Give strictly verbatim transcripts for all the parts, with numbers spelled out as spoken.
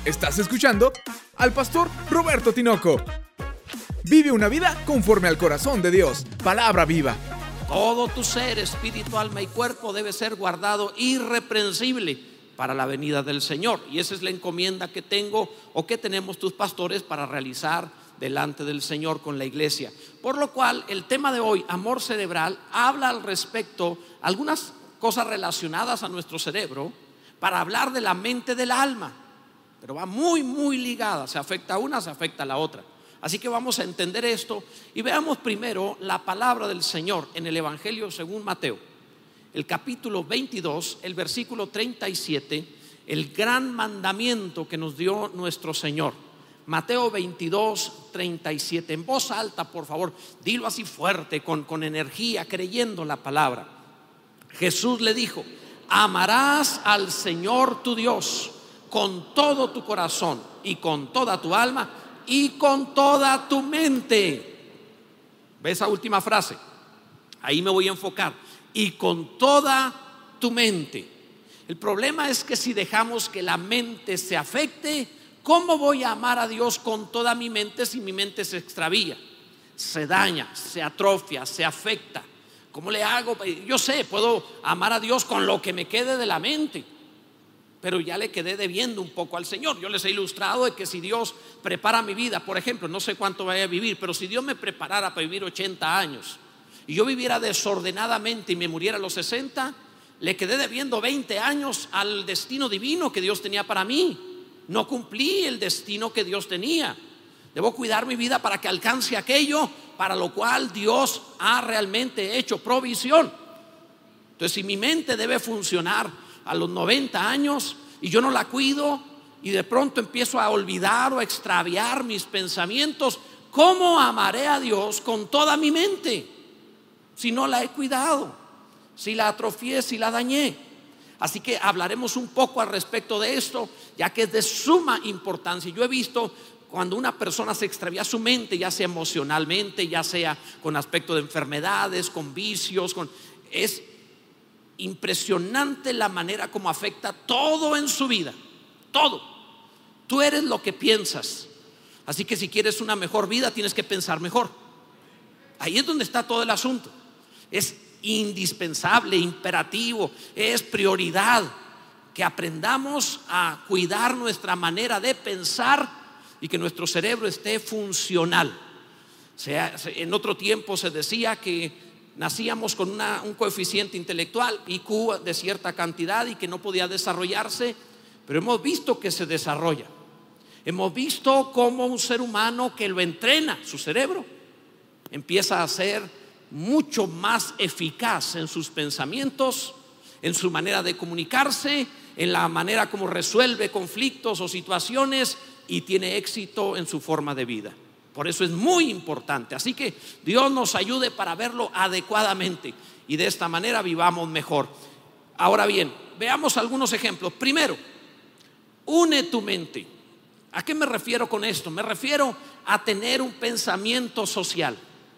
Estás escuchando al pastor Roberto Tinoco. Vive una vida conforme al corazón de Dios. Palabra viva. Todo tu ser, espíritu, alma y cuerpo debe ser guardado irreprensible para la venida del Señor. Y esa es la encomienda que tengo o que tenemos tus pastores para realizar delante del Señor con la iglesia. Por lo cual el tema de hoy, amor cerebral, habla al respecto algunas cosas relacionadas a nuestro cerebro para hablar de la mente del alma. Pero va muy muy ligada, se afecta a una, se afecta a la otra. Así que vamos a entender esto y veamos primero la palabra del Señor en el Evangelio según Mateo, el capítulo veintidós, el versículo treinta y siete, el gran mandamiento que nos dio nuestro Señor. Mateo veintidós, treinta y siete. En voz alta, por favor, dilo así fuerte, con, con energía, creyendo la palabra. Jesús le dijo: amarás al Señor tu Dios con todo tu corazón y con toda tu alma y con toda tu mente. ¿Ve esa última frase? Ahí me voy a enfocar. Y con toda tu mente. El problema es que si dejamos que la mente se afecte, ¿cómo voy a amar a Dios con toda mi mente si mi mente se extravía, se daña, se atrofia, se afecta? ¿Cómo le hago? Yo sé, puedo amar a Dios con lo que me quede de la mente, pero ya le quedé debiendo un poco al Señor. Yo les he ilustrado de que si Dios prepara mi vida, por ejemplo, no sé cuánto vaya a vivir, pero si Dios me preparara para vivir ochenta años y yo viviera desordenadamente y me muriera a los sesenta, le quedé debiendo veinte años al destino divino que Dios tenía para mí. No cumplí el destino que Dios tenía. Debo cuidar mi vida para que alcance aquello para lo cual Dios ha realmente hecho provisión. Entonces, si mi mente debe funcionar a los noventa años y yo no la cuido y de pronto empiezo a olvidar o a extraviar mis pensamientos, ¿cómo amaré a Dios con toda mi mente si no la he cuidado, si la atrofié, si la dañé? Así que hablaremos un poco al respecto de esto, ya que es de suma importancia. Yo he visto cuando una persona se extravía su mente, ya sea emocionalmente, ya sea con aspecto de enfermedades, con vicios, con, es impresionante la manera como afecta todo en su vida. Todo. Tú eres lo que piensas. Así que si quieres una mejor vida, tienes que pensar mejor. Ahí es donde está todo el asunto. Es indispensable, imperativo, es prioridad que aprendamos a cuidar nuestra manera de pensar y que nuestro cerebro esté funcional. O sea, en otro tiempo se decía que nacíamos con una, un coeficiente intelectual, I Q de cierta cantidad, y que no podía desarrollarse, pero hemos visto que se desarrolla. Hemos visto cómo un ser humano que lo entrena, su cerebro, empieza a ser mucho más eficaz en sus pensamientos, en su manera de comunicarse, en la manera como resuelve conflictos o situaciones, y tiene éxito en su forma de vida. Por eso es muy importante. Así que Dios nos ayude para verlo adecuadamente y de esta manera vivamos mejor. Ahora bien, veamos algunos ejemplos. Primero, une tu mente. ¿A qué me refiero con esto? Me refiero a tener un pensamiento social,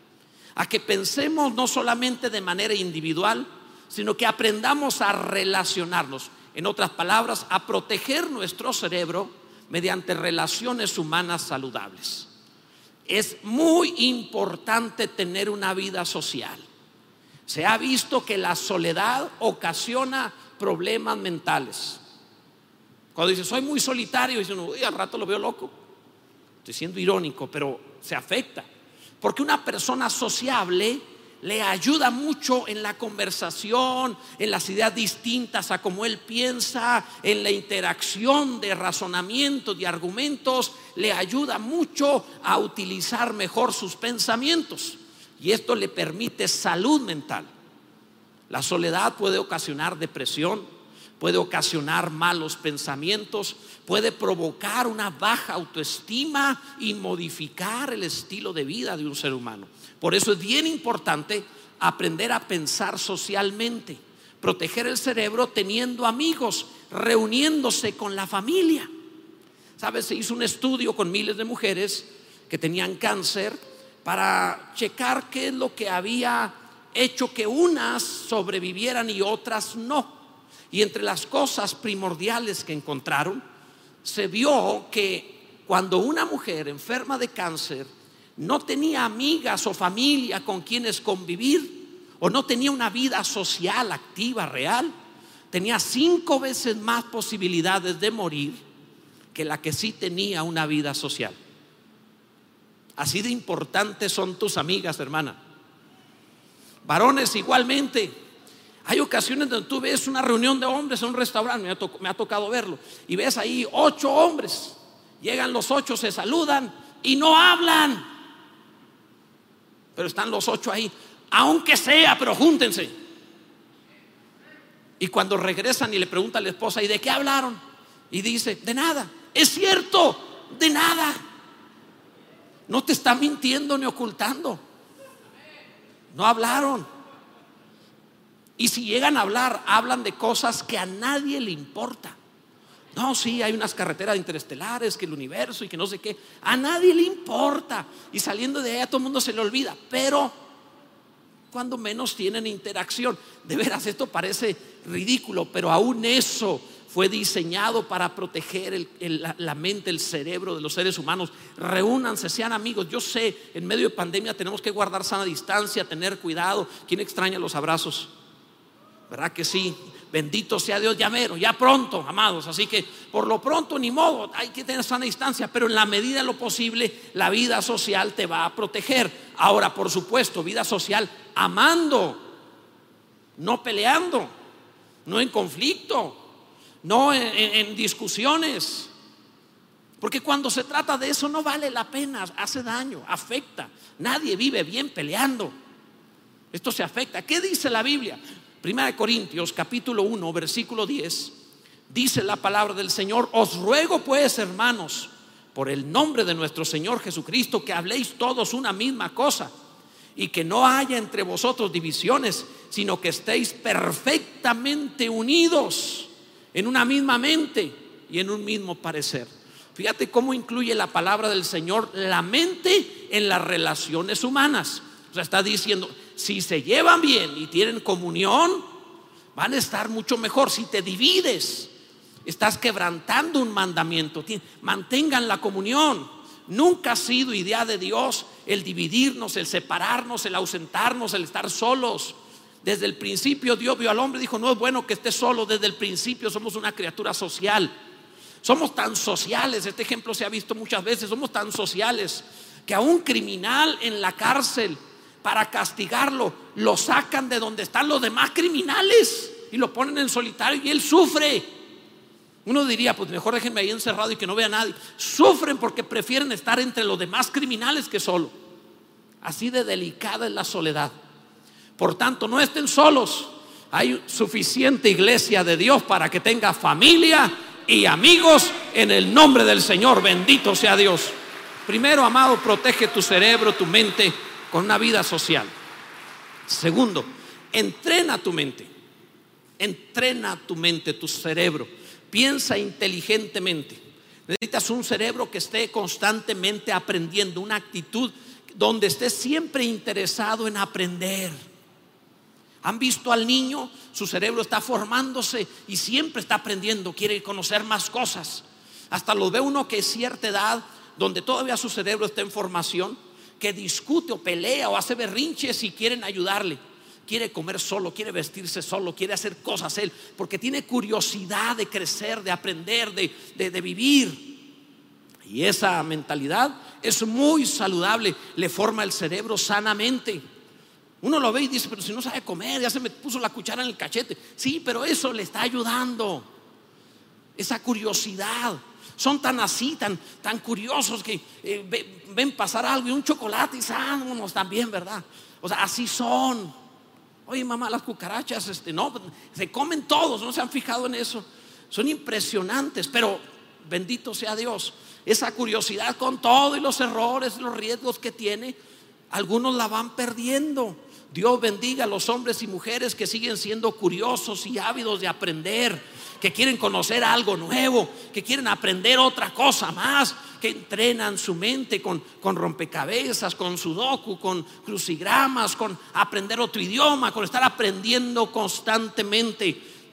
a que pensemos no solamente de manera individual, sino que aprendamos a relacionarnos. En otras palabras, a proteger nuestro cerebro mediante relaciones humanas saludables. Es muy importante tener una vida social. Se ha visto que la soledad ocasiona problemas mentales. Cuando dice soy muy solitario, dice uno, uy, al rato lo veo loco. Estoy siendo irónico, pero se afecta. Porque una persona sociable le ayuda mucho en la conversación, en las ideas distintas a como él piensa, en la interacción de razonamientos, de argumentos, le ayuda mucho a utilizar mejor sus pensamientos y esto le permite salud mental. La soledad puede ocasionar depresión, puede ocasionar malos pensamientos, puede provocar una baja autoestima y modificar el estilo de vida de un ser humano. Por eso es bien importante aprender a pensar socialmente, proteger el cerebro teniendo amigos, reuniéndose con la familia. ¿Sabes? Se hizo un estudio con miles de mujeres que tenían cáncer para checar qué es lo que había hecho que unas sobrevivieran y otras no. Y entre las cosas primordiales que encontraron, se vio que cuando una mujer enferma de cáncer no tenía amigas o familia con quienes convivir, o no tenía una vida social activa, real, tenía cinco veces más posibilidades de morir que la que sí tenía una vida social. Así de importantes son tus amigas, hermana. Varones igualmente. Hay ocasiones donde tú ves una reunión de hombres en un restaurante, me ha, to- me ha tocado verlo, y ves ahí ocho hombres. Llegan los ocho, se saludan y no hablan, pero están los ocho ahí, aunque sea, pero júntense. Y cuando regresan y le pregunta a la esposa, ¿y de qué hablaron? Y dice, de nada. Es cierto, de nada. No te está mintiendo ni ocultando. No hablaron. Y si llegan a hablar, hablan de cosas que a nadie le importa. No, sí, hay unas carreteras interestelares, que el universo y que no sé qué. A nadie le importa. Y saliendo de ahí a todo el mundo se le olvida. Pero cuando menos tienen interacción. De veras, esto parece ridículo, pero aún eso fue diseñado para proteger el, el, la, la mente, el cerebro de los seres humanos. Reúnanse, sean amigos. Yo sé, en medio de pandemia tenemos que guardar sana distancia, tener cuidado. ¿Quién extraña los abrazos? ¿Verdad que sí? Bendito sea Dios, ya mero, ya pronto, amados. Así que por lo pronto ni modo, hay que tener sana distancia, pero en la medida de lo posible la vida social te va a proteger. Ahora, por supuesto, vida social amando, no peleando, no en conflicto, no en, en, en discusiones. Porque cuando se trata de eso no vale la pena, hace daño, afecta. Nadie vive bien peleando. Esto se afecta. ¿Qué dice la Biblia? Primera de Corintios capítulo uno versículo diez, dice la palabra del Señor: os ruego pues, hermanos, por el nombre de nuestro Señor Jesucristo, que habléis todos una misma cosa, y que no haya entre vosotros divisiones, sino que estéis perfectamente unidos en una misma mente y en un mismo parecer. Fíjate cómo incluye la palabra del Señor la mente en las relaciones humanas. O sea, está diciendo, si se llevan bien y tienen comunión, van a estar mucho mejor. Si te divides, estás quebrantando un mandamiento. Mantengan la comunión. Nunca ha sido idea de Dios el dividirnos, el separarnos, el ausentarnos, el estar solos. Desde el principio Dios vio al hombre y dijo, no es bueno que estés solo. Desde el principio somos una criatura social. Somos tan sociales, este ejemplo se ha visto muchas veces. Somos tan sociales que a un criminal en la cárcel, para castigarlo, lo sacan de donde están los demás criminales y lo ponen en solitario y él sufre. Uno diría, pues mejor déjenme ahí encerrado y que no vea a nadie. Sufren porque prefieren estar entre los demás criminales que solo. Así de delicada es la soledad. Por tanto, no estén solos. Hay suficiente iglesia de Dios para que tenga familia y amigos en el nombre del Señor. Bendito sea Dios. Primero, amado, protege tu cerebro, tu mente con una vida social. Segundo, entrena tu mente. Entrena tu mente, tu cerebro. Piensa inteligentemente. Necesitas un cerebro que esté constantemente aprendiendo, una actitud donde esté siempre interesado en aprender. ¿Han visto al niño? Su cerebro está formándose y siempre está aprendiendo, quiere conocer más cosas. Hasta lo ve uno que es cierta edad, donde todavía su cerebro está en formación, que discute o pelea o hace berrinches y quieren ayudarle. Quiere comer solo, quiere vestirse solo, quiere hacer cosas él, porque tiene curiosidad de crecer, de aprender, de, de, de vivir. Y esa mentalidad es muy saludable, le forma el cerebro sanamente. Uno lo ve y dice, pero si no sabe comer, ya se me puso la cuchara en el cachete. Sí, pero eso le está ayudando. Esa curiosidad. Son tan así, tan, tan curiosos que eh, ven pasar algo y un chocolate y vámonos también, ¿verdad? O sea, así son. Oye, mamá, las cucarachas, este, no, se comen todos, ¿no se han fijado en eso? Son impresionantes, pero bendito sea Dios. Esa curiosidad, con todo y los errores, los riesgos que tiene, algunos la van perdiendo. Dios bendiga a los hombres y mujeres que siguen siendo curiosos y ávidos de aprender, que quieren conocer algo nuevo, que quieren aprender otra cosa más, que entrenan su mente con, con rompecabezas, con sudoku, con crucigramas, con aprender otro idioma, con estar aprendiendo constantemente.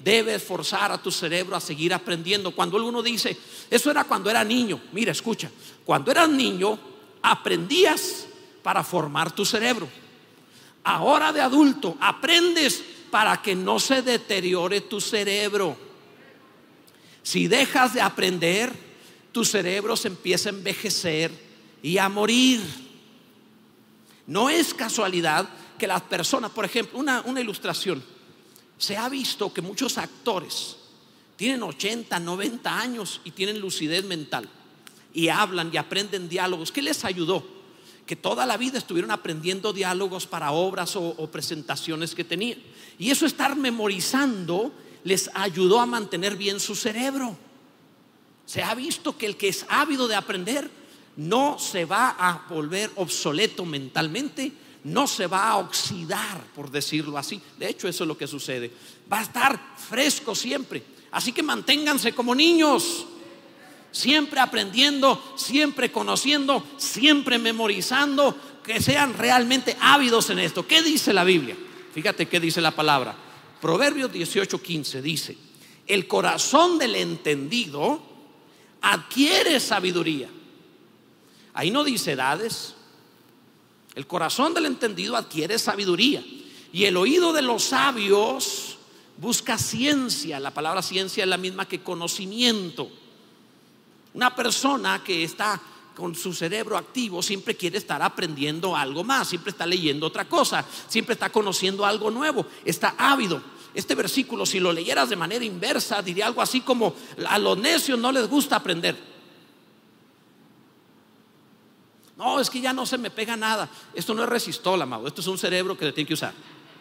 debes forzar a tu cerebro a seguir aprendiendo. Cuando alguno dice, eso era cuando era niño. Mira, escucha, cuando eras niño aprendías para formar tu cerebro. Ahora de adulto aprendes para que no se deteriore tu cerebro. Si dejas de aprender, tu cerebro se empieza a envejecer y a morir. No es casualidad que las personas, por ejemplo, una, una ilustración, se ha visto que muchos actores tienen ochenta, noventa años y tienen lucidez mental y hablan y aprenden diálogos. ¿Qué les ayudó? Que toda la vida estuvieron aprendiendo diálogos para obras o, o presentaciones que tenían. Y eso, estar memorizando, les ayudó a mantener bien su cerebro. Se ha visto que el que es ávido de aprender no se va a volver obsoleto mentalmente, no se va a oxidar, por decirlo así. De hecho, eso es lo que sucede. Va a estar fresco siempre. Así que manténganse como niños, siempre aprendiendo, siempre conociendo, siempre memorizando, que sean realmente ávidos en esto. ¿Qué dice la Biblia? Fíjate qué dice la palabra. Proverbios dieciocho quince dice: el corazón del entendido adquiere sabiduría. Ahí no dice edades. El corazón del entendido adquiere sabiduría, y el oído de los sabios busca ciencia. La palabra ciencia es la misma que conocimiento. Una persona que está con su cerebro activo siempre quiere estar aprendiendo algo más, siempre está leyendo otra cosa, siempre está conociendo algo nuevo, está ávido. Este versículo, si lo leyeras de manera inversa, diría algo así como: a los necios no les gusta aprender. No, es que ya no se me pega nada. Esto no es resistol, amado. Esto es un cerebro que le tiene que usar.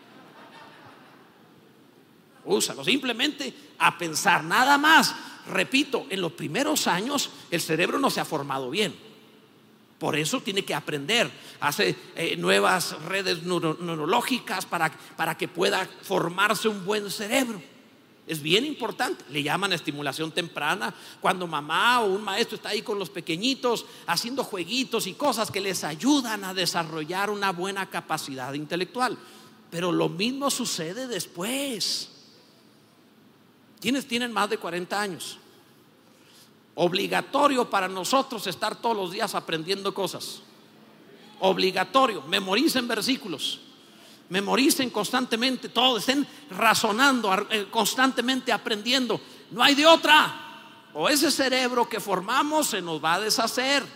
Úsalo simplemente a pensar, nada más. Repito, en los primeros años el cerebro no se ha formado bien. Por eso tiene que aprender. Hace eh, nuevas redes neuro, neurológicas para, para que pueda formarse un buen cerebro. Es bien importante. Le llaman estimulación temprana, cuando mamá o un maestro está ahí con los pequeñitos haciendo jueguitos y cosas que les ayudan a desarrollar una buena capacidad intelectual. Pero lo mismo sucede después. ¿Quiénes tienen más de cuarenta años? Obligatorio para nosotros estar todos los días aprendiendo cosas. Obligatorio. Memoricen versículos, memoricen constantemente todo, estén razonando constantemente, aprendiendo. No hay de otra. O ese cerebro que formamos se nos va a deshacer.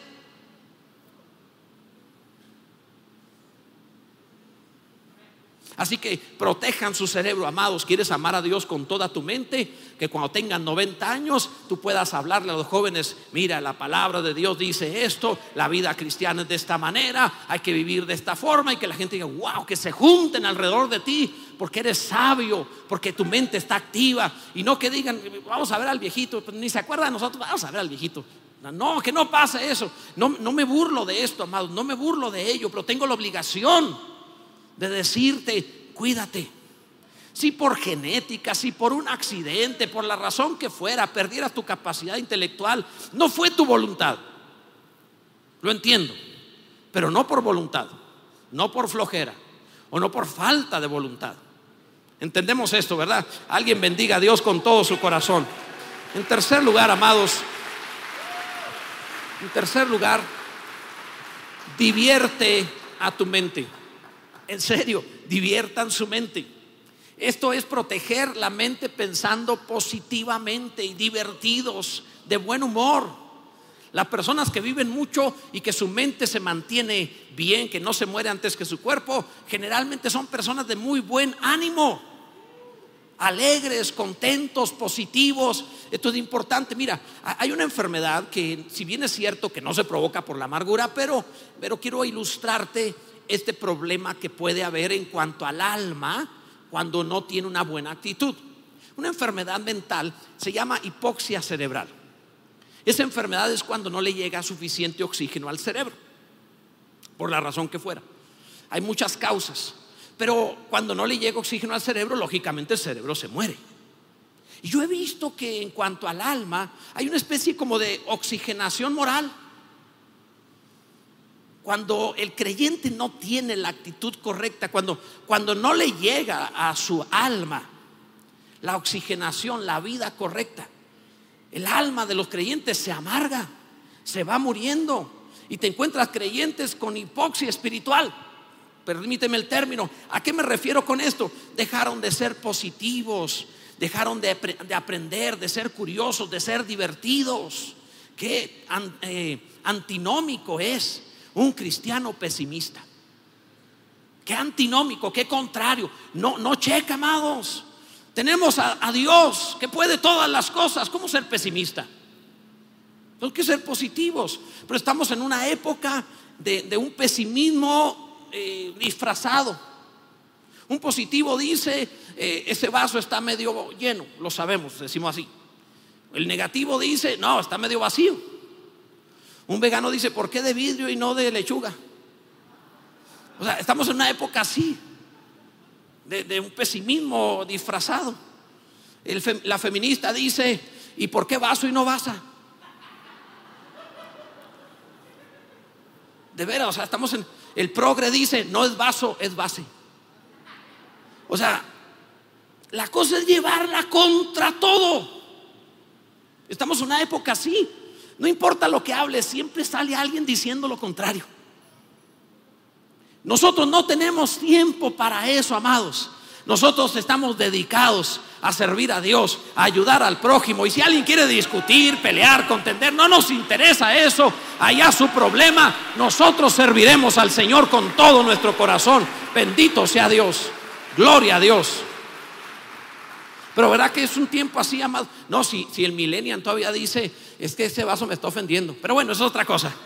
Así que protejan su cerebro, amados. ¿Quieres amar a Dios con toda tu mente? Que cuando tengan noventa años tú puedas hablarle a los jóvenes: mira, la palabra de Dios dice esto, la vida cristiana es de esta manera, hay que vivir de esta forma. Y que la gente diga: wow, que se junten alrededor de ti, porque eres sabio, porque tu mente está activa. Y no que digan: vamos a ver al viejito, pues ni se acuerda de nosotros, vamos a ver al viejito. No, que no pase eso. No, no me burlo de esto, amados, no me burlo de ello, pero tengo la obligación de decirte: cuídate. Si por genética, si por un accidente, por la razón que fuera, perdieras tu capacidad intelectual, no fue tu voluntad. Lo entiendo, pero no por voluntad, no por flojera o no por falta de voluntad. Entendemos esto, ¿verdad? Alguien bendiga a Dios con todo su corazón. En tercer lugar, amados, en tercer lugar, divierte a tu mente. En serio, diviertan su mente. Esto es proteger la mente pensando positivamente y divertidos, de buen humor. Las personas que viven mucho y que su mente se mantiene bien, que no se muere antes que su cuerpo, generalmente son personas de muy buen ánimo, alegres, contentos, positivos. Esto es importante. Mira, hay una enfermedad que, si bien es cierto que no se provoca por la amargura, pero, pero quiero ilustrarte este problema que puede haber en cuanto al alma cuando no tiene una buena actitud. Una enfermedad mental se llama hipoxia cerebral. Esa enfermedad es cuando no le llega suficiente oxígeno al cerebro, por la razón que fuera. Hay muchas causas, pero cuando no le llega oxígeno al cerebro, lógicamente el cerebro se muere. Y yo he visto que en cuanto al alma hay una especie como de oxigenación moral. Cuando el creyente no tiene la actitud correcta, cuando, cuando no le llega a su alma la oxigenación, la vida correcta. El alma de los creyentes se amarga, se va muriendo, y te encuentras creyentes con hipoxia espiritual. Permíteme el término. ¿A qué me refiero con esto? Dejaron de ser positivos, dejaron de, de aprender, de ser curiosos, de ser divertidos. Qué eh, antinómico es un cristiano pesimista. Qué antinómico, qué contrario. No, no checa, amados. Tenemos a, a Dios que puede todas las cosas. ¿Cómo ser pesimista? Tenemos que ser positivos. Pero estamos en una época de, de un pesimismo eh, disfrazado. Un positivo dice, eh, ese vaso está medio lleno. Lo sabemos, decimos así. El negativo dice, no, está medio vacío. Un vegano dice, ¿por qué de vidrio y no de lechuga? O sea, estamos en una época así, de, de un pesimismo disfrazado. El fem, la feminista dice, ¿y por qué vaso y no vasa? De veras, o sea, estamos en. El progre dice, no es vaso, es base. O sea, la cosa es llevarla contra todo. Estamos en una época así. No importa lo que hables, siempre sale alguien diciendo lo contrario. Nosotros no tenemos tiempo para eso, amados. Nosotros estamos dedicados a servir a Dios, a ayudar al prójimo. Y si alguien quiere discutir, pelear, contender, no nos interesa eso. Allá su problema. Nosotros serviremos al Señor con todo nuestro corazón. Bendito sea Dios. Gloria a Dios. Pero ¿verdad que es un tiempo así, amado? No, si, si el millennial todavía dice, es que ese vaso me está ofendiendo. Pero bueno, eso es otra cosa.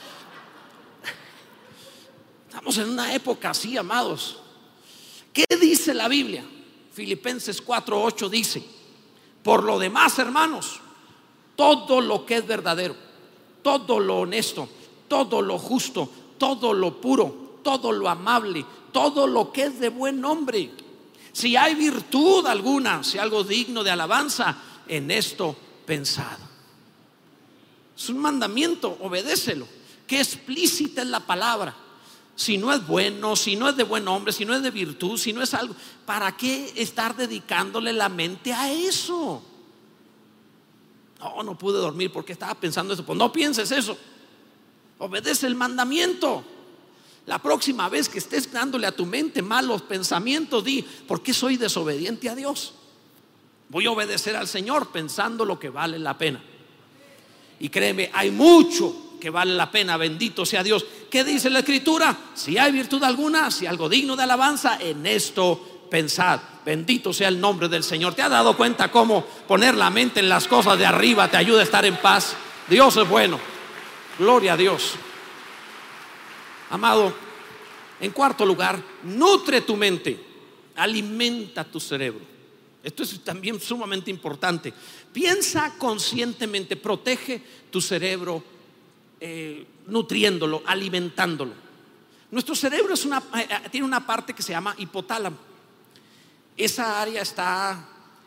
Estamos en una época así, amados. ¿Qué dice la Biblia? Filipenses cuatro ocho dice, por lo demás, hermanos, todo lo que es verdadero, todo lo honesto, todo lo justo, todo lo puro, todo lo amable, todo lo que es de buen nombre, si hay virtud alguna, si algo digno de alabanza, en esto pensad. Es un mandamiento, obedécelo. Qué explícita es la palabra. Si no es bueno, si no es de buen hombre, si no es de virtud, si no es algo, ¿para qué estar dedicándole la mente a eso? No, no pude dormir porque estaba pensando eso. Pues no pienses eso. Obedece el mandamiento. La próxima vez que estés dándole a tu mente malos pensamientos, di, ¿por qué soy desobediente a Dios? Voy a obedecer al Señor pensando lo que vale la pena. Y créeme, hay mucho que vale la pena, bendito sea Dios. ¿Qué dice la Escritura? Si hay virtud alguna, si algo digno de alabanza, en esto pensad. Bendito sea el nombre del Señor. ¿Te has dado cuenta cómo poner la mente en las cosas de arriba te ayuda a estar en paz? Dios es bueno. Gloria a Dios. Amado, en cuarto lugar, nutre tu mente, alimenta tu cerebro. Esto es también sumamente importante. Piensa conscientemente, protege tu cerebro, eh, nutriéndolo, alimentándolo. Nuestro cerebro es una, eh, tiene una parte que se llama hipotálamo. Esa área está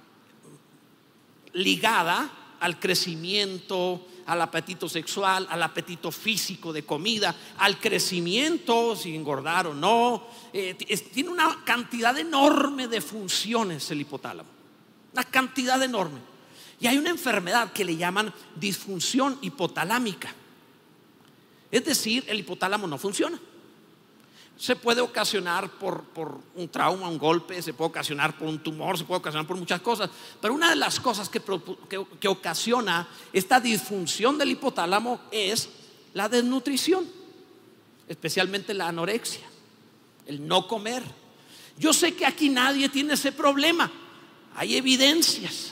ligada al crecimiento, al apetito sexual, al apetito físico de comida, al crecimiento, si engordar o no. Eh, es, tiene una cantidad enorme de funciones el hipotálamo, una cantidad enorme. Y hay una enfermedad que le llaman disfunción hipotalámica. Es decir, el hipotálamo no funciona. Se puede ocasionar por, por un trauma, un golpe, se puede ocasionar por un tumor, se puede ocasionar por muchas cosas. Pero una de las cosas que, que, que ocasiona esta disfunción del hipotálamo es la desnutrición, especialmente la anorexia, el no comer. Yo sé que aquí nadie tiene ese problema, hay evidencias.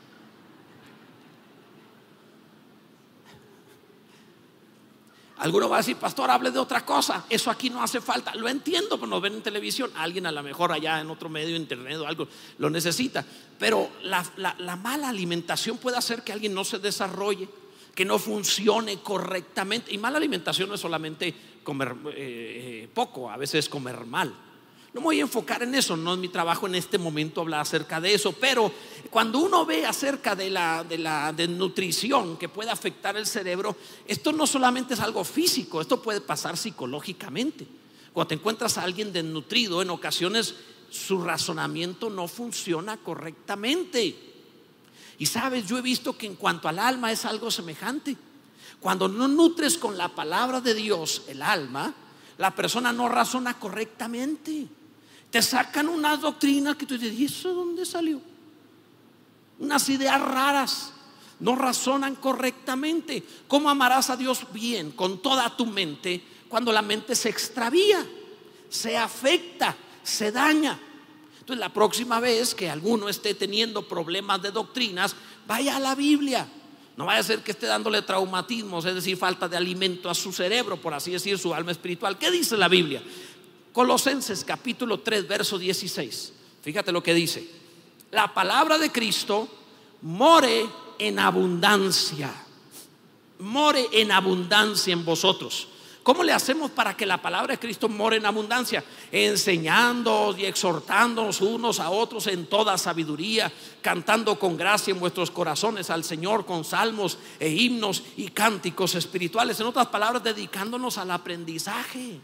Alguno va a decir, pastor, hable de otra cosa. Eso aquí no hace falta. Lo entiendo, pero nos ven en televisión. Alguien a lo mejor allá en otro medio, internet o algo, lo necesita. Pero la, la, la mala alimentación puede hacer que alguien no se desarrolle, que no funcione correctamente. Y mala alimentación no es solamente comer eh, poco, a veces comer mal. No me voy a enfocar en eso, no es mi trabajo en este momento hablar acerca de eso. Pero cuando uno ve acerca de la, de la desnutrición que puede afectar el cerebro, esto no solamente es algo físico, esto puede pasar psicológicamente. Cuando te encuentras a alguien desnutrido, en ocasiones su razonamiento no funciona correctamente. Y sabes, yo he visto que en cuanto al alma es algo semejante. Cuando no nutres con la palabra de Dios el alma, la persona no razona correctamente. Te sacan unas doctrinas que tú dices, ¿y eso dónde salió? Unas ideas raras. No razonan correctamente. ¿Cómo amarás a Dios bien con toda tu mente cuando la mente se extravía, se afecta, se daña? Entonces la próxima vez que alguno esté teniendo problemas de doctrinas, vaya a la Biblia. No vaya a ser que esté dándole traumatismos, es decir, falta de alimento a su cerebro, por así decir, su alma espiritual. ¿Qué dice la Biblia? Colosenses capítulo tres, verso dieciséis. Fíjate lo que dice: la palabra de Cristo more en abundancia, more en abundancia en vosotros. ¿Cómo le hacemos para que la palabra de Cristo more en abundancia? Enseñándoos y exhortándonos unos a otros en toda sabiduría, cantando con gracia en vuestros corazones al Señor con salmos e himnos y cánticos espirituales. En otras palabras, dedicándonos al aprendizaje.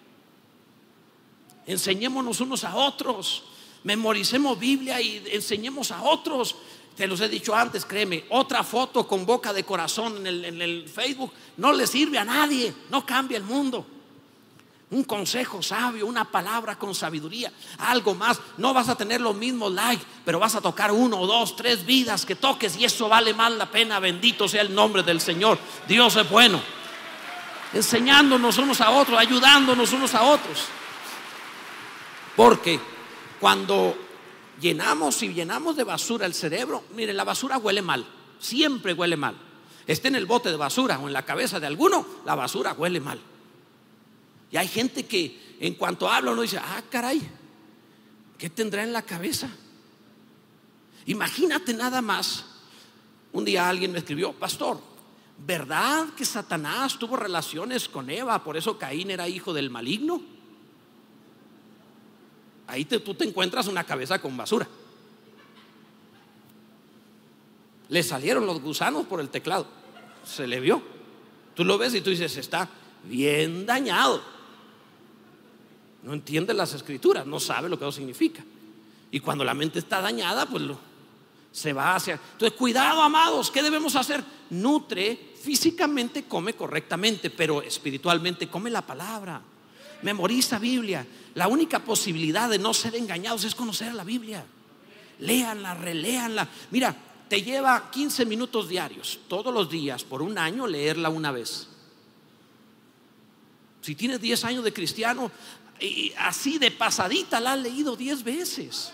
Enseñémonos unos a otros, memoricemos Biblia y enseñemos a otros. Te los he dicho antes, créeme, otra foto con boca de corazón en el, en el Facebook no le sirve a nadie, no cambia el mundo. Un consejo sabio, una palabra con sabiduría, algo más. No vas a tener los mismos likes, pero vas a tocar uno, dos, tres vidas que toques, y eso vale más la pena. Bendito sea el nombre del Señor. Dios es bueno. Enseñándonos unos a otros, ayudándonos unos a otros. Porque cuando llenamos y llenamos de basura el cerebro, mire, la basura huele mal, siempre huele mal. Esté en el bote de basura o en la cabeza de alguno, la basura huele mal. Y hay gente que en cuanto habla uno dice, ah, caray, ¿qué tendrá en la cabeza? Imagínate nada más. Un día alguien me escribió, pastor, ¿verdad que Satanás tuvo relaciones con Eva, por eso Caín era hijo del maligno? Ahí te, tú te encuentras una cabeza con basura. Le salieron los gusanos por el teclado, se le vio. Tú lo ves y tú dices, está bien dañado. No entiende las escrituras, no sabe lo que eso significa. Y cuando la mente está dañada, pues lo, se va hacia. Entonces, cuidado, amados, ¿qué debemos hacer? Nutre, físicamente come correctamente, pero espiritualmente come la palabra. Memoriza Biblia. La única posibilidad de no ser engañados es conocer la Biblia. Léanla, reléanla. Mira, te lleva quince minutos diarios, todos los días, por un año, leerla una vez. Si tienes diez años de cristiano, y así de pasadita la has leído diez veces.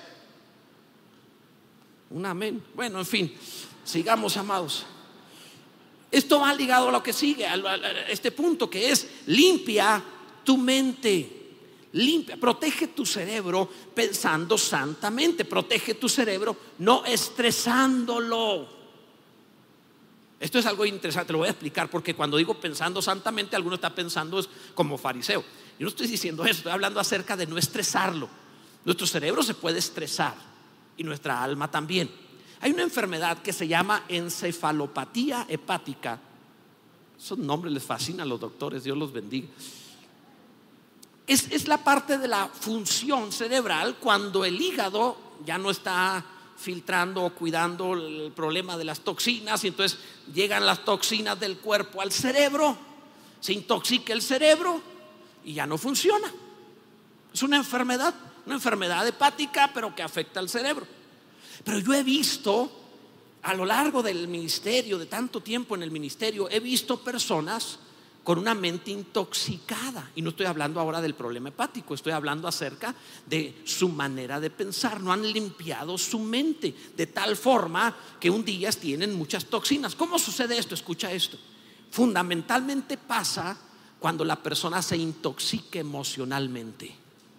Un amén. Bueno, en fin, sigamos, amados. Esto va ligado a lo que sigue, a este punto que es: limpia tu mente. Limpia, protege tu cerebro pensando santamente. Protege tu cerebro no estresándolo. Esto es algo interesante, lo voy a explicar, porque cuando digo pensando santamente, alguno está pensando es como fariseo. Yo no estoy diciendo eso, estoy hablando acerca de no estresarlo. Nuestro cerebro se puede estresar y nuestra alma también. Hay una enfermedad que se llama encefalopatía hepática. Esos nombres les fascinan a los doctores, Dios los bendiga. Es, es la parte de la función cerebral cuando el hígado ya no está filtrando o cuidando el problema de las toxinas, y entonces llegan las toxinas del cuerpo al cerebro, se intoxica el cerebro y ya no funciona. Es una enfermedad, una enfermedad hepática, pero que afecta al cerebro. Pero yo he visto a lo largo del ministerio, de tanto tiempo en el ministerio, he visto personas con una mente intoxicada. Y no estoy hablando ahora del problema hepático, estoy hablando acerca de su manera de pensar. No han limpiado su mente de tal forma que un día tienen muchas toxinas. ¿Cómo sucede esto? Escucha esto. Fundamentalmente pasa cuando la persona se intoxica emocionalmente.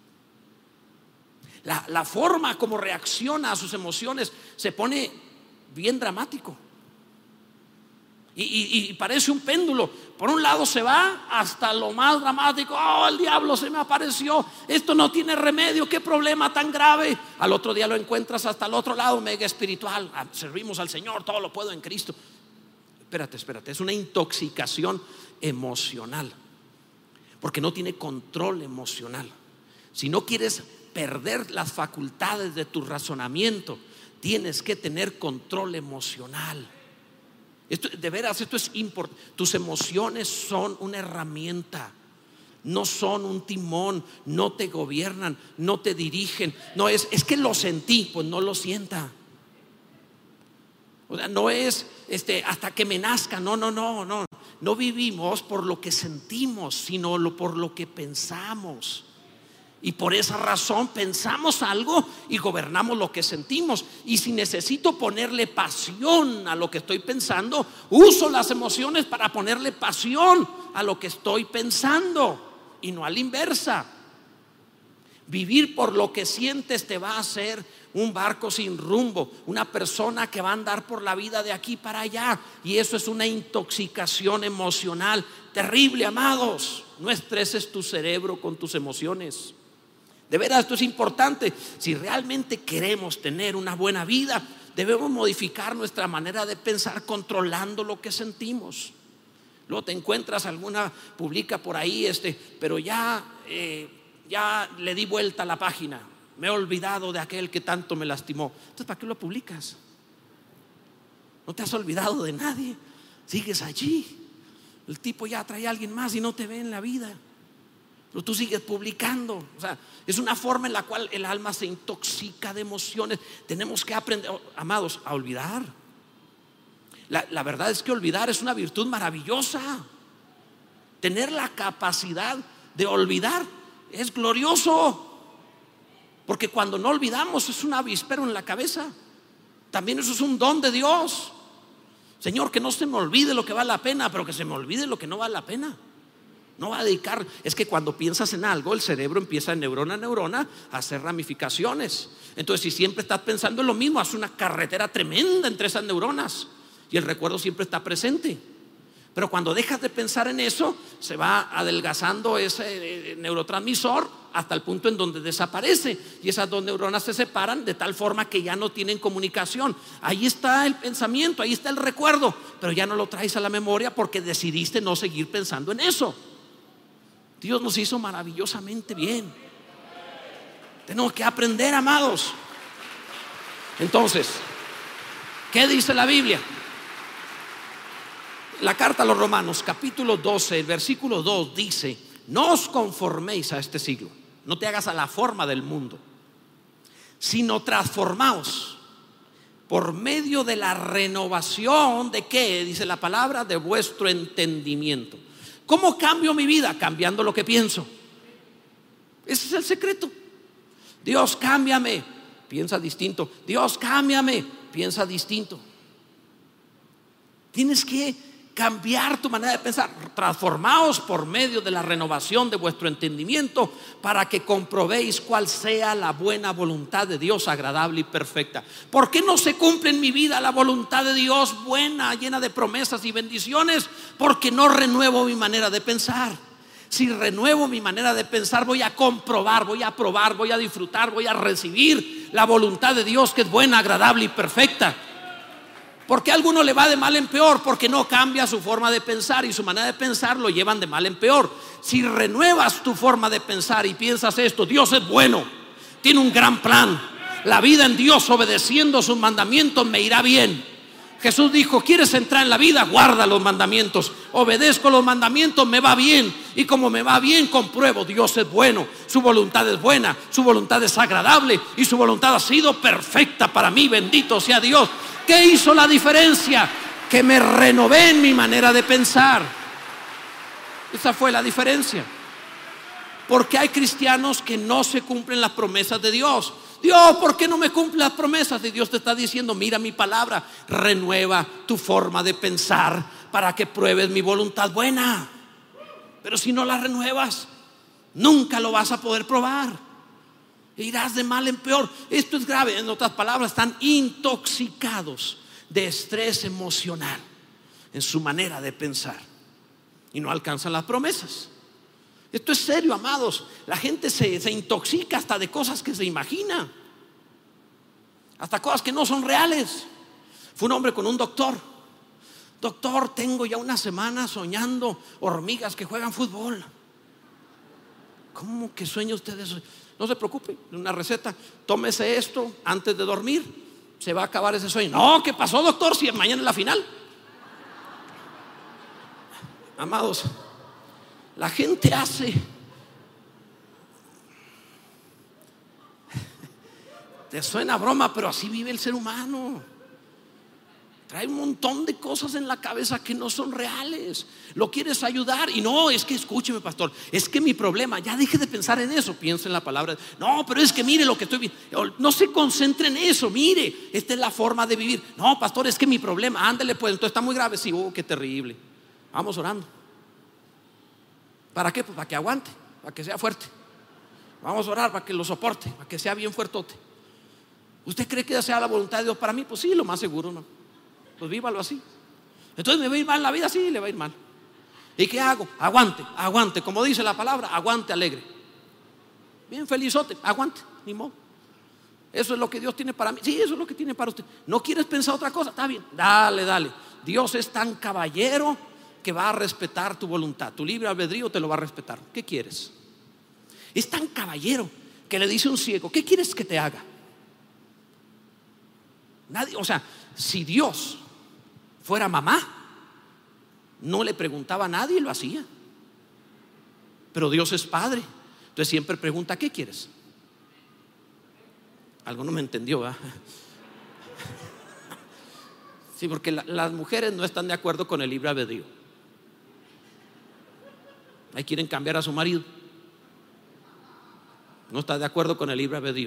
La, la forma como reacciona a sus emociones se pone bien dramático. Y, y, y parece un péndulo. Por un lado se va hasta lo más dramático. Oh, el diablo se me apareció, esto no tiene remedio, qué problema tan grave. Al otro día lo encuentras hasta el otro lado, mega espiritual. Servimos al Señor, todo lo puedo en Cristo. Espérate, espérate, es una intoxicación emocional, porque no tiene control emocional. Si no quieres perder las facultades de tu razonamiento, tienes que tener control emocional. Esto, de veras, esto es importante. Tus emociones son una herramienta, no son un timón, no te gobiernan, no te dirigen. No es, es que lo sentí, pues no lo sienta. O sea, no es este, hasta que me nazca, no, no, no, no. No vivimos por lo que sentimos, sino lo, por lo que pensamos. Y por esa razón pensamos algo y gobernamos lo que sentimos. Y si necesito ponerle pasión a lo que estoy pensando, uso las emociones para ponerle pasión a lo que estoy pensando y no a la inversa. Vivir por lo que sientes te va a hacer un barco sin rumbo, una persona que va a andar por la vida de aquí para allá. Y eso es una intoxicación emocional terrible, amados. No estreses tu cerebro con tus emociones. De veras, esto es importante. Si realmente queremos tener una buena vida, debemos modificar nuestra manera de pensar controlando lo que sentimos. Luego te encuentras alguna, publica por ahí, este, pero ya, eh, ya le di vuelta a la página, me he olvidado de aquel que tanto me lastimó. Entonces, ¿para qué lo publicas? No te has olvidado de nadie, sigues allí. El tipo ya trae a alguien más y no te ve en la vida, pero tú sigues publicando. O sea, es una forma en la cual el alma se intoxica de emociones. Tenemos que aprender, amados, a olvidar. La, la verdad es que olvidar es una virtud maravillosa. Tener la capacidad de olvidar es glorioso, porque cuando no olvidamos es un avispero en la cabeza. También eso es un don de Dios. Señor, que no se me olvide lo que vale la pena, pero que se me olvide lo que no vale la pena. No va a dedicar. Es que cuando piensas en algo, el cerebro empieza de neurona a neurona a hacer ramificaciones. Entonces, si siempre estás pensando en lo mismo, hace una carretera tremenda entre esas neuronas y el recuerdo siempre está presente. Pero cuando dejas de pensar en eso, se va adelgazando ese neurotransmisor hasta el punto en donde desaparece, y esas dos neuronas se separan de tal forma que ya no tienen comunicación. Ahí está el pensamiento, ahí está el recuerdo, pero ya no lo traes a la memoria porque decidiste no seguir pensando en eso. Dios nos hizo maravillosamente bien. Tenemos que aprender, amados. Entonces, ¿qué dice la Biblia? La carta a los Romanos, capítulo doce, el versículo dos dice: no os conforméis a este siglo, no te hagas a la forma del mundo, sino transformaos por medio de la renovación de ¿qué? Dice la palabra, de vuestro entendimiento. ¿Cómo cambio mi vida? Cambiando lo que pienso. Ese es el secreto. Dios, cámbiame, piensa distinto. Dios, cámbiame, piensa distinto. Tienes que cambiar tu manera de pensar. Transformaos por medio de la renovación de vuestro entendimiento, para que comprobéis cuál sea la buena voluntad de Dios, agradable y perfecta. ¿Por qué no se cumple en mi vida la voluntad de Dios buena, llena de promesas y bendiciones? Porque no renuevo mi manera de pensar. Si renuevo mi manera de pensar, voy a comprobar, voy a probar, voy a disfrutar, voy a recibir la voluntad de Dios, que es buena, agradable y perfecta. ¿Por qué a alguno le va de mal en peor? Porque no cambia su forma de pensar, y su manera de pensar lo llevan de mal en peor. Si renuevas tu forma de pensar y piensas esto: Dios es bueno, tiene un gran plan, la vida en Dios obedeciendo sus mandamientos me irá bien. Jesús dijo: ¿quieres entrar en la vida? Guarda los mandamientos. Obedezco los mandamientos, me va bien. Y como me va bien, compruebo: Dios es bueno, su voluntad es buena, su voluntad es agradable, y su voluntad ha sido perfecta para mí. Bendito sea Dios. ¿Qué hizo la diferencia? Que me renové en mi manera de pensar. Esa fue la diferencia. Porque hay cristianos que no se cumplen las promesas de Dios. Dios, ¿por qué no me cumple las promesas? Y Dios te está diciendo: mira mi palabra, renueva tu forma de pensar para que pruebes mi voluntad buena. Pero si no la renuevas, nunca lo vas a poder probar. Irás de mal en peor. Esto es grave. En otras palabras, están intoxicados de estrés emocional en su manera de pensar y no alcanzan las promesas. Esto es serio, amados. La gente se, se intoxica hasta de cosas que se imagina, hasta cosas que no son reales. Fue un hombre con un doctor. Doctor, tengo ya una semana soñando hormigas que juegan fútbol. ¿Cómo que sueña usted eso? No se preocupe, una receta, tómese esto antes de dormir, se va a acabar ese sueño. No, ¿qué pasó, doctor? Si mañana es la final. Amados, la gente hace, te suena broma, pero así vive el ser humano. Trae un montón de cosas en la cabeza que no son reales. Lo quieres ayudar y no, es que escúcheme, pastor, es que mi problema, ya deje de pensar en eso, piensa en la palabra. No, pero es que mire lo que estoy viendo. No se concentre en eso, mire, esta es la forma de vivir. No, pastor, es que mi problema, ándale pues, entonces está muy grave. Sí, oh, qué terrible. Vamos orando. ¿Para qué? Pues para que aguante, para que sea fuerte. Vamos a orar para que lo soporte, para que sea bien fuertote. ¿Usted cree que esa sea la voluntad de Dios para mí? Pues sí, lo más seguro, ¿no? Pues vívalo así. Entonces me va a ir mal la vida, sí, le va a ir mal. ¿Y qué hago? Aguante, aguante, como dice la palabra, aguante alegre. Bien felizote, aguante, ni modo. Eso es lo que Dios tiene para mí. Sí, eso es lo que tiene para usted. ¿No quieres pensar otra cosa? Está bien, dale, dale. Dios es tan caballero que va a respetar tu voluntad. Tu libre albedrío te lo va a respetar. ¿Qué quieres? Es tan caballero que le dice un ciego, ¿qué quieres que te haga? Nadie, o sea, si Dios fuera mamá, no le preguntaba a nadie y lo hacía. Pero Dios es padre, entonces siempre pregunta, ¿qué quieres? Algo no me entendió, ¿verdad? Sí, porque la, las mujeres no están de acuerdo con el libre albedrío. Ahí quieren cambiar a su marido. No está de acuerdo con el libre albedrío.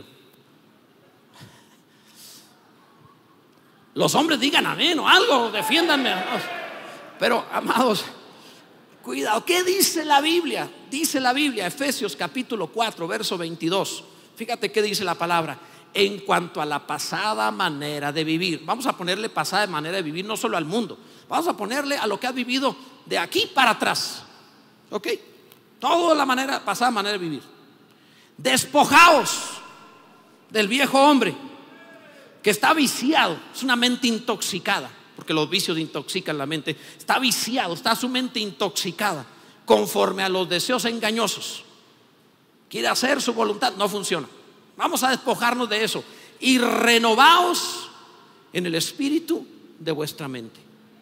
Los hombres digan amén o algo, defiéndanme. Pero amados, cuidado, ¿qué dice la Biblia? Dice la Biblia, Efesios capítulo cuatro, verso veintidós. Fíjate qué dice la palabra. En cuanto a la pasada manera de vivir, vamos a ponerle pasada manera de vivir no solo al mundo, vamos a ponerle a lo que has vivido de aquí para atrás. ¿Ok? Toda la manera, pasada manera de vivir. Despojaos del viejo hombre que está viciado, es una mente intoxicada, porque los vicios intoxican la mente. Está viciado, está su mente intoxicada conforme a los deseos engañosos. Quiere hacer su voluntad, no funciona. Vamos a despojarnos de eso y renovaos en el espíritu de vuestra mente.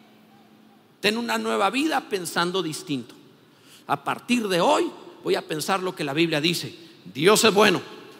Ten una nueva vida pensando distinto. A partir de hoy voy a pensar lo que la Biblia dice. Dios es bueno.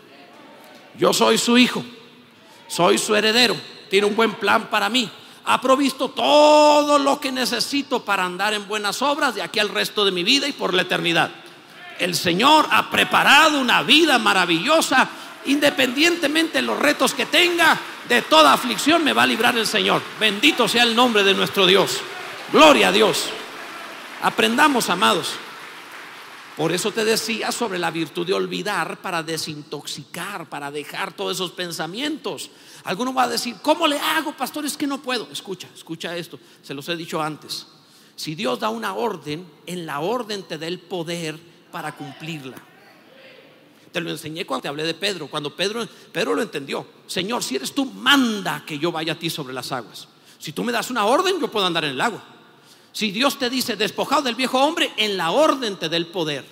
Yo soy su hijo. Soy su heredero. Tiene un buen plan para mí. Ha provisto todo lo que necesito para andar en buenas obras de aquí al resto de mi vida y por la eternidad. El Señor ha preparado una vida maravillosa. Independientemente de los retos que tenga, de toda aflicción me va a librar el Señor. Bendito sea el nombre de nuestro Dios. Gloria a Dios. Aprendamos, amados. Por eso te decía sobre la virtud de olvidar, para desintoxicar, para dejar todos esos pensamientos. Alguno va a decir, ¿cómo le hago, pastor? Es que no puedo. Escucha, escucha esto, se los he dicho antes. Si Dios da una orden, en la orden te da el poder para cumplirla. Te lo enseñé cuando te hablé de Pedro. Cuando Pedro, Pedro lo entendió. Señor, si eres tú, manda que yo vaya a ti sobre las aguas. Si tú me das una orden, yo puedo andar en el agua. Si Dios te dice, despojado del viejo hombre, en la orden te da el poder.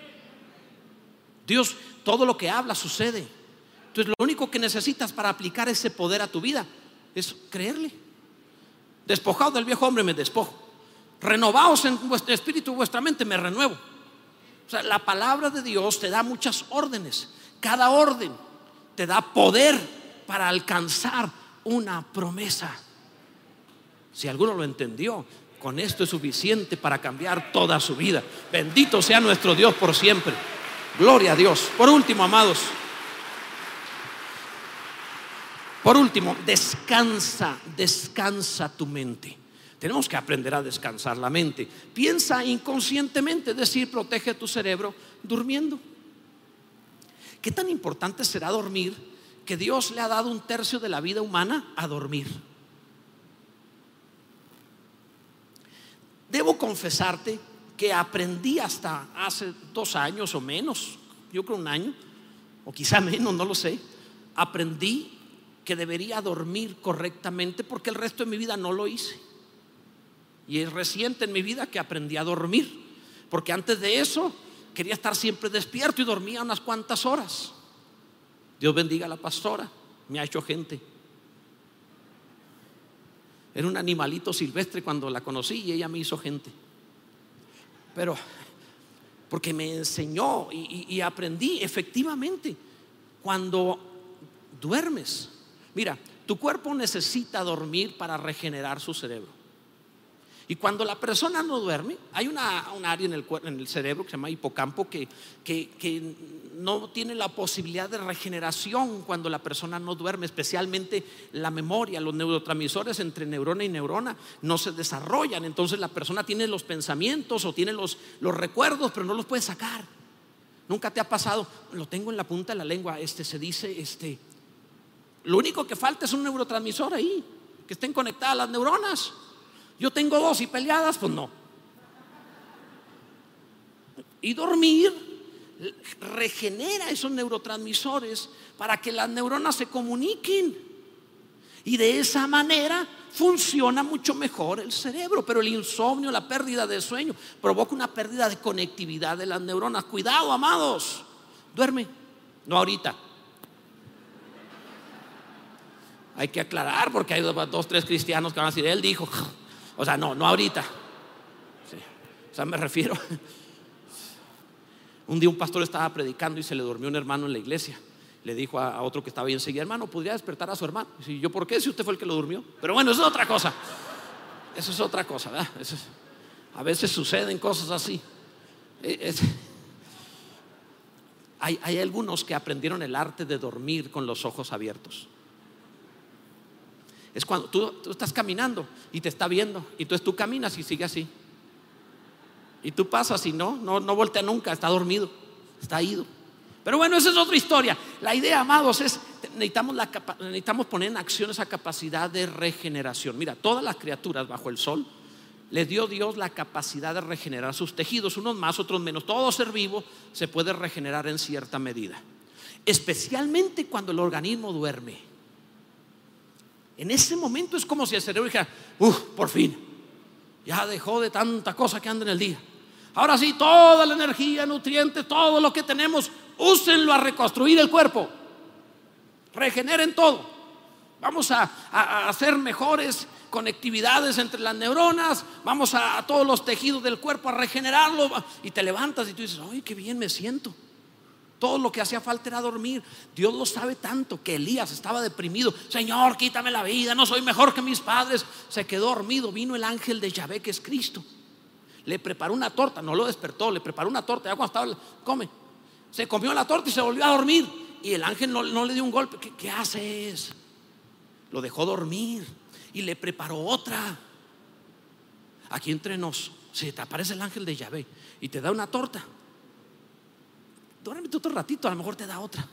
Dios, todo lo que habla sucede. Entonces lo único que necesitas para aplicar ese poder a tu vida es creerle. Despojado del viejo hombre, me despojo. Renovaos en vuestro espíritu y vuestra mente, me renuevo. O sea, la palabra de Dios te da muchas órdenes. Cada orden te da poder para alcanzar una promesa. Si alguno lo entendió, con esto es suficiente para cambiar toda su vida. Bendito sea nuestro Dios por siempre. Gloria a Dios. Por último, amados, por último, descansa, descansa tu mente. Tenemos que aprender a descansar la mente. Piensa inconscientemente, es decir, protege tu cerebro durmiendo. ¿Qué tan importante será dormir que Dios le ha dado un tercio de la vida humana a dormir? Debo confesarte que aprendí hasta hace dos años o menos, yo creo un año, o quizá menos, no lo sé. Aprendí que debería dormir correctamente porque el resto de mi vida no lo hice. Y es reciente en mi vida que aprendí a dormir, porque antes de eso quería estar siempre despierto y dormía unas cuantas horas. Dios bendiga a la pastora, me ha hecho gente. Era un animalito silvestre cuando la conocí y ella me hizo gente. Pero porque me enseñó y, y, y aprendí efectivamente. Cuando duermes, mira, tu cuerpo necesita dormir para regenerar su cerebro. Y cuando la persona no duerme, hay una, un área en el, en el cerebro que se llama hipocampo que, que, que no tiene la posibilidad de regeneración cuando la persona no duerme. Especialmente la memoria, los neurotransmisores entre neurona y neurona no se desarrollan. Entonces la persona tiene los pensamientos o tiene los, los recuerdos, pero no los puede sacar. ¿Nunca te ha pasado? Lo tengo en la punta de la lengua. Este se dice, este, lo único que falta es un neurotransmisor ahí, que estén conectadas las neuronas. Yo tengo dos y peleadas, pues no. Y dormir regenera esos neurotransmisores para que las neuronas se comuniquen. Y de esa manera funciona mucho mejor el cerebro. Pero el insomnio, la pérdida de sueño, provoca una pérdida de conectividad de las neuronas. Cuidado, amados. Duerme, no ahorita. Hay que aclarar porque hay dos, dos tres cristianos que van a decir, él dijo. O sea, no, no ahorita. Sí. O sea, me refiero. Un día un pastor estaba predicando y se le durmió un hermano en la iglesia. Le dijo a, a otro que estaba ahí enseguida, hermano, ¿podría despertar a su hermano? Y yo, ¿por qué? Si usted fue el que lo durmió. Pero bueno, eso es otra cosa. Eso es otra cosa, ¿verdad? Eso es, a veces suceden cosas así. Es, hay, hay algunos que aprendieron el arte de dormir con los ojos abiertos. Es cuando tú, tú estás caminando y te está viendo, y entonces tú caminas y sigue así. Y tú pasas y no, no, no voltea nunca, está dormido, está ido. Pero bueno, esa es otra historia. La idea, amados, es necesitamos, la, necesitamos poner en acción esa capacidad de regeneración. Mira, todas las criaturas bajo el sol les dio Dios la capacidad de regenerar sus tejidos, unos más, otros menos. Todo ser vivo se puede regenerar en cierta medida, especialmente cuando el organismo duerme. En ese momento es como si el cerebro dijera, uff, por fin, ya dejó de tanta cosa que anda en el día. Ahora sí, toda la energía, nutrientes, todo lo que tenemos, úsenlo a reconstruir el cuerpo. Regeneren todo. Vamos a, a, a hacer mejores conectividades entre las neuronas. Vamos a, a todos los tejidos del cuerpo a regenerarlo. Y te levantas y tú dices, ay, qué bien me siento. Todo lo que hacía falta era dormir. Dios lo sabe tanto que Elías estaba deprimido. Señor, quítame la vida, no soy mejor que mis padres. Se quedó dormido. Vino el ángel de Yahvé, que es Cristo. Le preparó una torta, no lo despertó. Le preparó una torta, ya cuando estaba, come. Se comió la torta y se volvió a dormir. Y el ángel no, no le dio un golpe. ¿Qué, qué haces? Lo dejó dormir y le preparó otra. Aquí entre nos, se te aparece el ángel de Yahvé y te da una torta. Duérmete otro ratito, a lo mejor te da otra.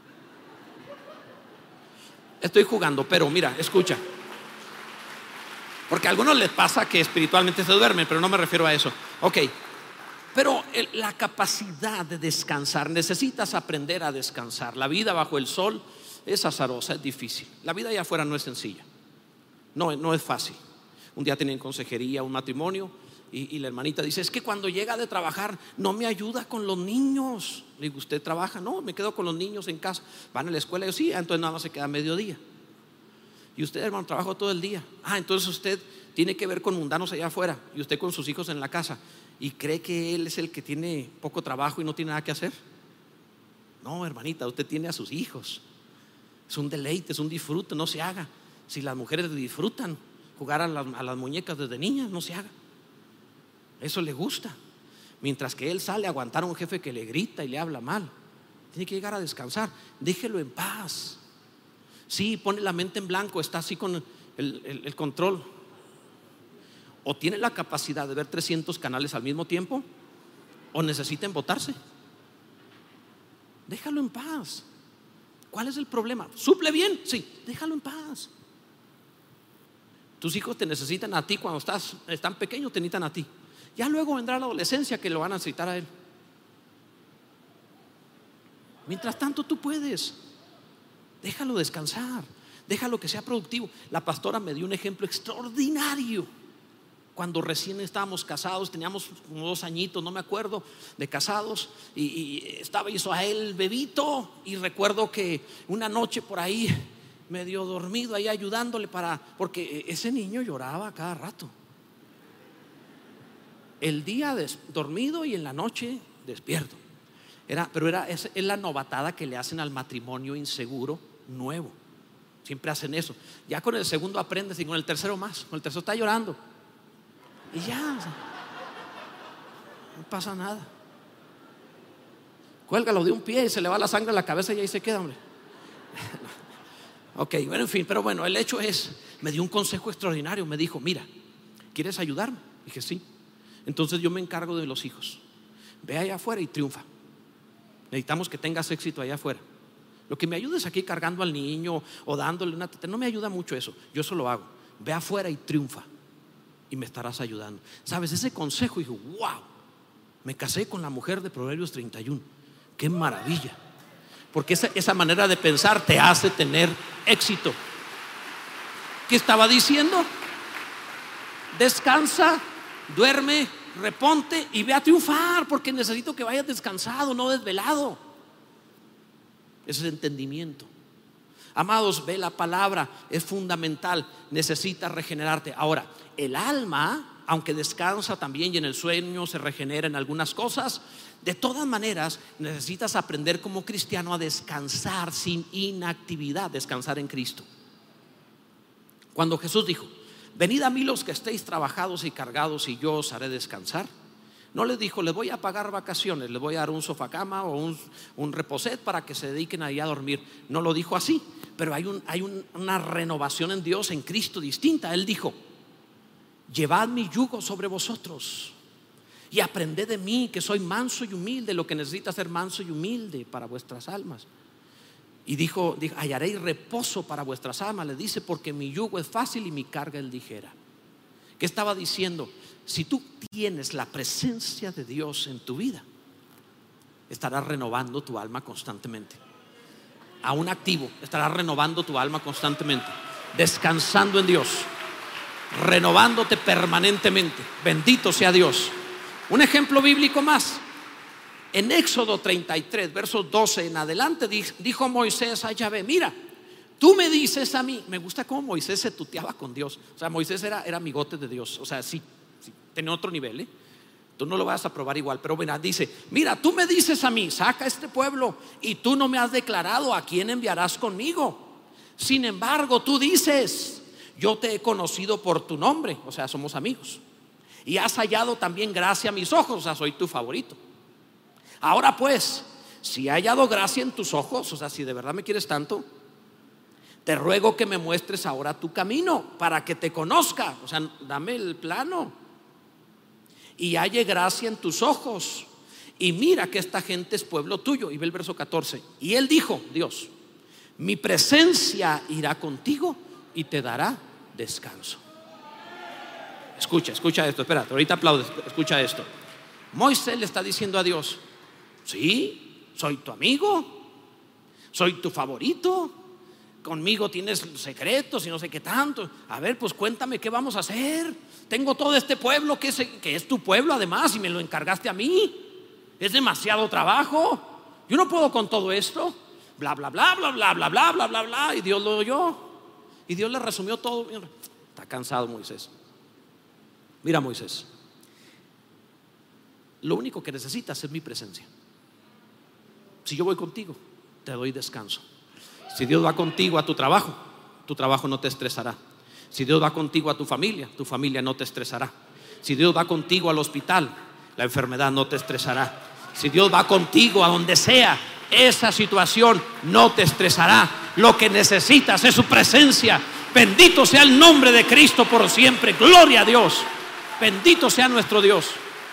Estoy jugando, pero mira, escucha. Porque a algunos les pasa que espiritualmente se duermen, pero no me refiero a eso. Ok, pero el, la capacidad de descansar, necesitas aprender a descansar. La vida bajo el sol es azarosa, es difícil. La vida allá afuera no es sencilla. No, no es fácil. Un día tenía en consejería un matrimonio y, y la hermanita dice, es que cuando llega de trabajar no me ayuda con los niños. Le digo, ¿usted trabaja? No, me quedo con los niños en casa. Van a la escuela. Y yo, sí, entonces nada más se queda mediodía. Y usted, hermano, trabaja todo el día. Ah, entonces usted tiene que ver con mundanos allá afuera y usted con sus hijos en la casa. ¿Y cree que él es el que tiene poco trabajo y no tiene nada que hacer? No, hermanita, usted tiene a sus hijos. Es un deleite, es un disfrute, no se haga. Si las mujeres disfrutan jugar a las, a las muñecas desde niñas, no se haga. Eso le gusta. Mientras que él sale a aguantar a un jefe que le grita y le habla mal, tiene que llegar a descansar. Déjelo en paz. Sí, pone la mente en blanco, está así con el, el, el control. O tiene la capacidad de ver trescientos canales al mismo tiempo, o necesita embotarse. Déjalo en paz. ¿Cuál es el problema? ¿Suple bien? Sí, déjalo en paz. Tus hijos te necesitan a ti cuando estás, están pequeños, te necesitan a ti. Ya luego vendrá la adolescencia que lo van a necesitar a él. Mientras tanto tú puedes. Déjalo descansar, déjalo que sea productivo. La pastora me dio un ejemplo extraordinario. cuando recién estábamos casados, teníamos como dos añitos, no me acuerdo, de casados, y, y estaba Israel bebito, y recuerdo que una noche por ahí medio dormido ahí ayudándole para, porque ese niño lloraba cada rato. El día des, dormido y en la noche despierto. Era, pero era, es, es la novatada que le hacen al matrimonio inseguro nuevo. Siempre hacen eso. Ya con el segundo aprendes y con el tercero más. Con el tercero está llorando. Y ya, o sea, no pasa nada. Cuélgalo de un pie y se le va la sangre a la cabeza y ahí se queda, hombre. Ok, bueno, en fin, pero bueno, el hecho es, me dio un consejo extraordinario. Me dijo, mira, ¿quieres ayudarme? Dije, sí. Entonces yo me encargo de los hijos. Ve allá afuera y triunfa. Necesitamos que tengas éxito allá afuera. Lo que me ayudes aquí cargando al niño o dándole una teta, no me ayuda mucho eso. Yo eso lo hago. Ve afuera y triunfa y me estarás ayudando. Sabes, ese consejo, dije, wow. Me casé con la mujer de Proverbios treinta y uno. Qué maravilla. Porque esa, esa manera de pensar te hace tener éxito. ¿Qué estaba diciendo? Descansa, duerme, reponte y ve a triunfar, porque necesito que vayas descansado, no desvelado. Ese es entendimiento. Amados, ve la palabra, es fundamental. Necesitas regenerarte. Ahora, el alma, aunque descansa también y en el sueño se regenera en algunas cosas, de todas maneras necesitas aprender como cristiano a descansar sin inactividad, descansar en Cristo. Cuando Jesús dijo, venid a mí los que estéis trabajados y cargados y yo os haré descansar, no les dijo, les voy a pagar vacaciones, les voy a dar un sofacama o un, un reposet para que se dediquen ahí a dormir. No lo dijo así, pero hay, un, hay un, una renovación en Dios, en Cristo distinta. Él dijo, llevad mi yugo sobre vosotros y aprended de mí, que soy manso y humilde. Lo que necesita ser manso y humilde para vuestras almas. Y dijo, dijo hallaréis reposo para vuestras almas. Le dice, porque mi yugo es fácil y mi carga es ligera. ¿Qué estaba diciendo? Si tú tienes la presencia de Dios en tu vida, estarás renovando tu alma constantemente. Aún activo, estarás renovando tu alma constantemente, descansando en Dios, renovándote permanentemente. Bendito sea Dios. Un ejemplo bíblico más. En Éxodo treinta y tres, versos doce en adelante, dijo Moisés a Yahvé, mira, tú me dices a mí. Me gusta cómo Moisés se tuteaba con Dios. O sea, Moisés era, era amigote de Dios. O sea, sí, sí, tenía otro nivel, ¿eh? Tú no lo vas a probar igual, pero bueno, dice, mira, tú me dices a mí, saca a este pueblo, y tú no me has declarado a quién enviarás conmigo. Sin embargo, tú dices, yo te he conocido por tu nombre, o sea, somos amigos, y has hallado también gracia a mis ojos, o sea, soy tu favorito. Ahora pues, si he hallado gracia en tus ojos, o sea, si de verdad me quieres tanto, te ruego que me muestres ahora tu camino para que te conozca. O sea, dame el plano. Y halle gracia en tus ojos. Y mira que esta gente es pueblo tuyo. Y ve el verso catorce. Y él dijo, Dios, mi presencia irá contigo y te dará descanso. Escucha, escucha esto. Espérate, ahorita aplaudes. Escucha esto. Moisés le está diciendo a Dios, sí, soy tu amigo, soy tu favorito, conmigo tienes secretos y no sé qué tanto. A ver, pues cuéntame qué vamos a hacer. Tengo todo este pueblo que es, que es tu pueblo además, y me lo encargaste a mí. Es demasiado trabajo. Yo no puedo con todo esto. Bla, bla, bla, bla, bla, bla, bla, bla, bla, bla. Y Dios lo oyó. Y Dios le resumió todo. Está cansado Moisés. Mira, Moisés, lo único que necesitas es mi presencia. Si yo voy contigo, te doy descanso. Si Dios va contigo a tu trabajo, tu trabajo no te estresará. Si Dios va contigo a tu familia, tu familia no te estresará. Si Dios va contigo al hospital, la enfermedad no te estresará. Si Dios va contigo a donde sea, esa situación no te estresará. Lo que necesitas es su presencia. Bendito sea el nombre de Cristo por siempre. Gloria a Dios. Bendito sea nuestro Dios.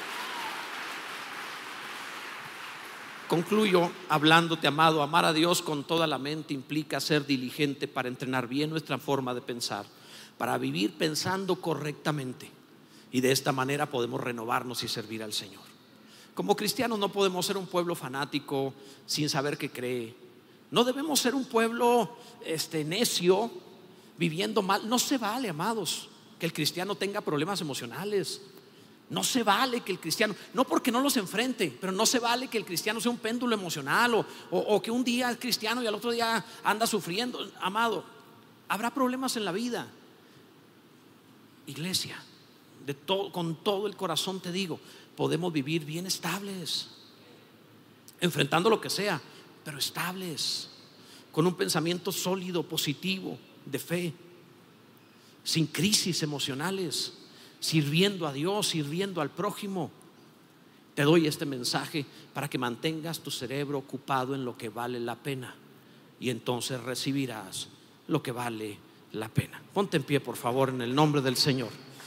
Concluyo hablándote, amado. Amar a Dios con toda la mente implica ser diligente para entrenar bien nuestra forma de pensar, para vivir pensando correctamente, y de esta manera podemos renovarnos y servir al Señor. Como cristianos no podemos ser un pueblo fanático sin saber qué cree. No debemos ser un pueblo este, necio, viviendo mal. No se vale, amados. que el cristiano tenga problemas emocionales. No se vale que el cristiano, no porque no los enfrente, pero no se vale que el cristiano sea un péndulo emocional, o, o, o que un día es cristiano y al otro día anda sufriendo. Amado, habrá problemas en la vida. Iglesia, de todo, con todo el corazón te digo, podemos vivir bien estables, enfrentando lo que sea, pero estables, con un pensamiento sólido, positivo, de fe, sin crisis emocionales, sirviendo a Dios, sirviendo al prójimo. Te doy este mensaje para que mantengas tu cerebro ocupado en lo que vale la pena, y entonces recibirás lo que vale la pena. Ponte en pie, por favor, en el nombre del Señor.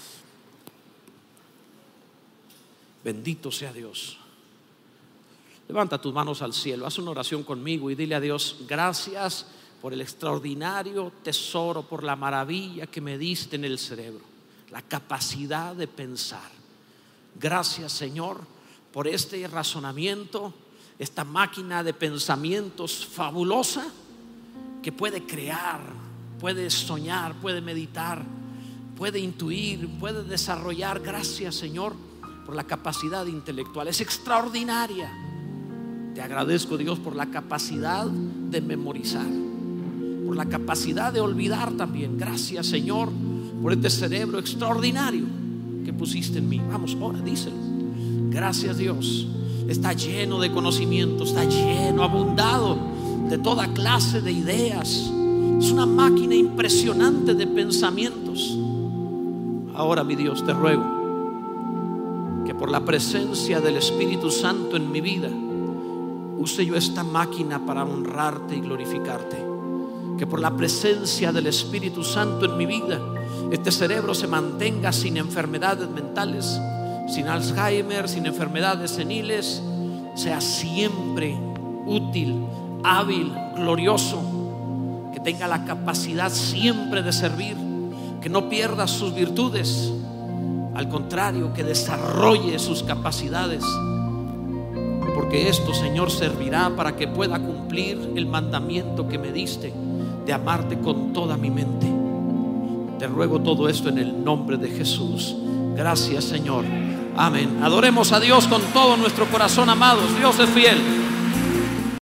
Bendito sea Dios. Levanta tus manos al cielo, haz una oración conmigo y dile a Dios: gracias por el extraordinario tesoro, por la maravilla que me diste en el cerebro, la capacidad de pensar. Gracias, Señor, por este razonamiento, esta máquina de pensamientos fabulosa que puede crear, puede soñar, puede meditar, puede intuir, puede desarrollar. Gracias, Señor, por la capacidad intelectual, es extraordinaria. Te agradezco, Dios, por la capacidad de memorizar, por la capacidad de olvidar también. Gracias, Señor, por este cerebro extraordinario que pusiste en mí. Vamos, ahora díselo. Gracias, Dios. Está lleno de conocimiento, está lleno, abundado de toda clase de ideas. Es una máquina impresionante de pensamientos. Ahora, mi Dios, te ruego que por la presencia del Espíritu Santo en mi vida use yo esta máquina para honrarte y glorificarte. Que por la presencia del Espíritu Santo en mi vida este cerebro se mantenga sin enfermedades mentales, sin Alzheimer, sin enfermedades seniles. Sea siempre útil, hábil, glorioso. Que tenga la capacidad siempre de servir, que no pierda sus virtudes, al contrario, que desarrolle sus capacidades, porque esto, Señor, servirá para que pueda cumplir el mandamiento que me diste de amarte con toda mi mente. Te ruego todo esto en el nombre de Jesús. Gracias, Señor. Amén. Adoremos a Dios con todo nuestro corazón, amados. Dios es fiel.